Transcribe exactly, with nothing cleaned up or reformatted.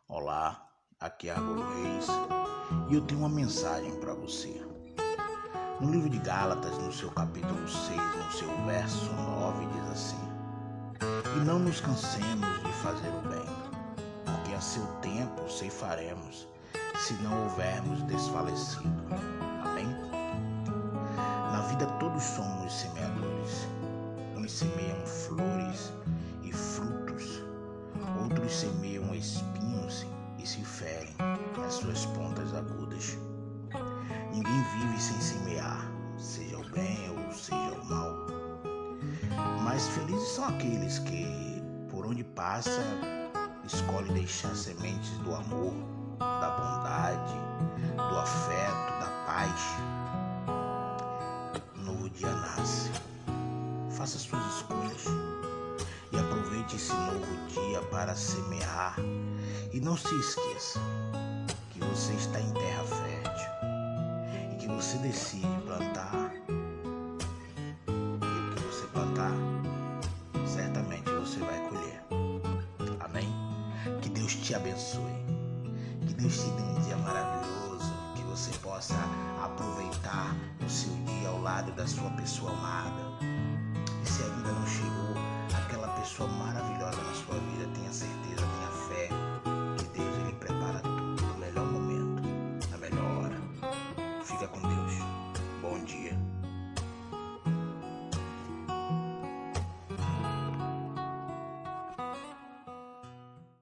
Olá, aqui é Argolo Reis e eu tenho uma mensagem para você. No livro de Gálatas, no seu capítulo seis, no seu verso nove, diz assim: E não nos cansemos de fazer o bem, porque a seu tempo ceifaremos, se não houvermos desfalecido. Amém? Na vida todos somos semeadores. Uns semeiam flores e frutos, outros semeiam espinhos e se ferem nas suas pontas agudas. Ninguém vive sem semear, seja o bem ou seja o mal. Mas felizes são aqueles que, por onde passa, escolhem deixar sementes do amor, da bondade, do afeto, da paz. Um novo dia nasce. Faça suas escolhas e aproveite esse novo dia para semear. E não se esqueça que você está em terra fértil e que você decide plantar. E o que você plantar, certamente você vai colher. Amém? Que Deus te abençoe. Que Deus te dê um dia maravilhoso. Que você possa aproveitar o seu dia ao lado da sua pessoa amada. E se ainda não chegou aquela pessoa maravilhosa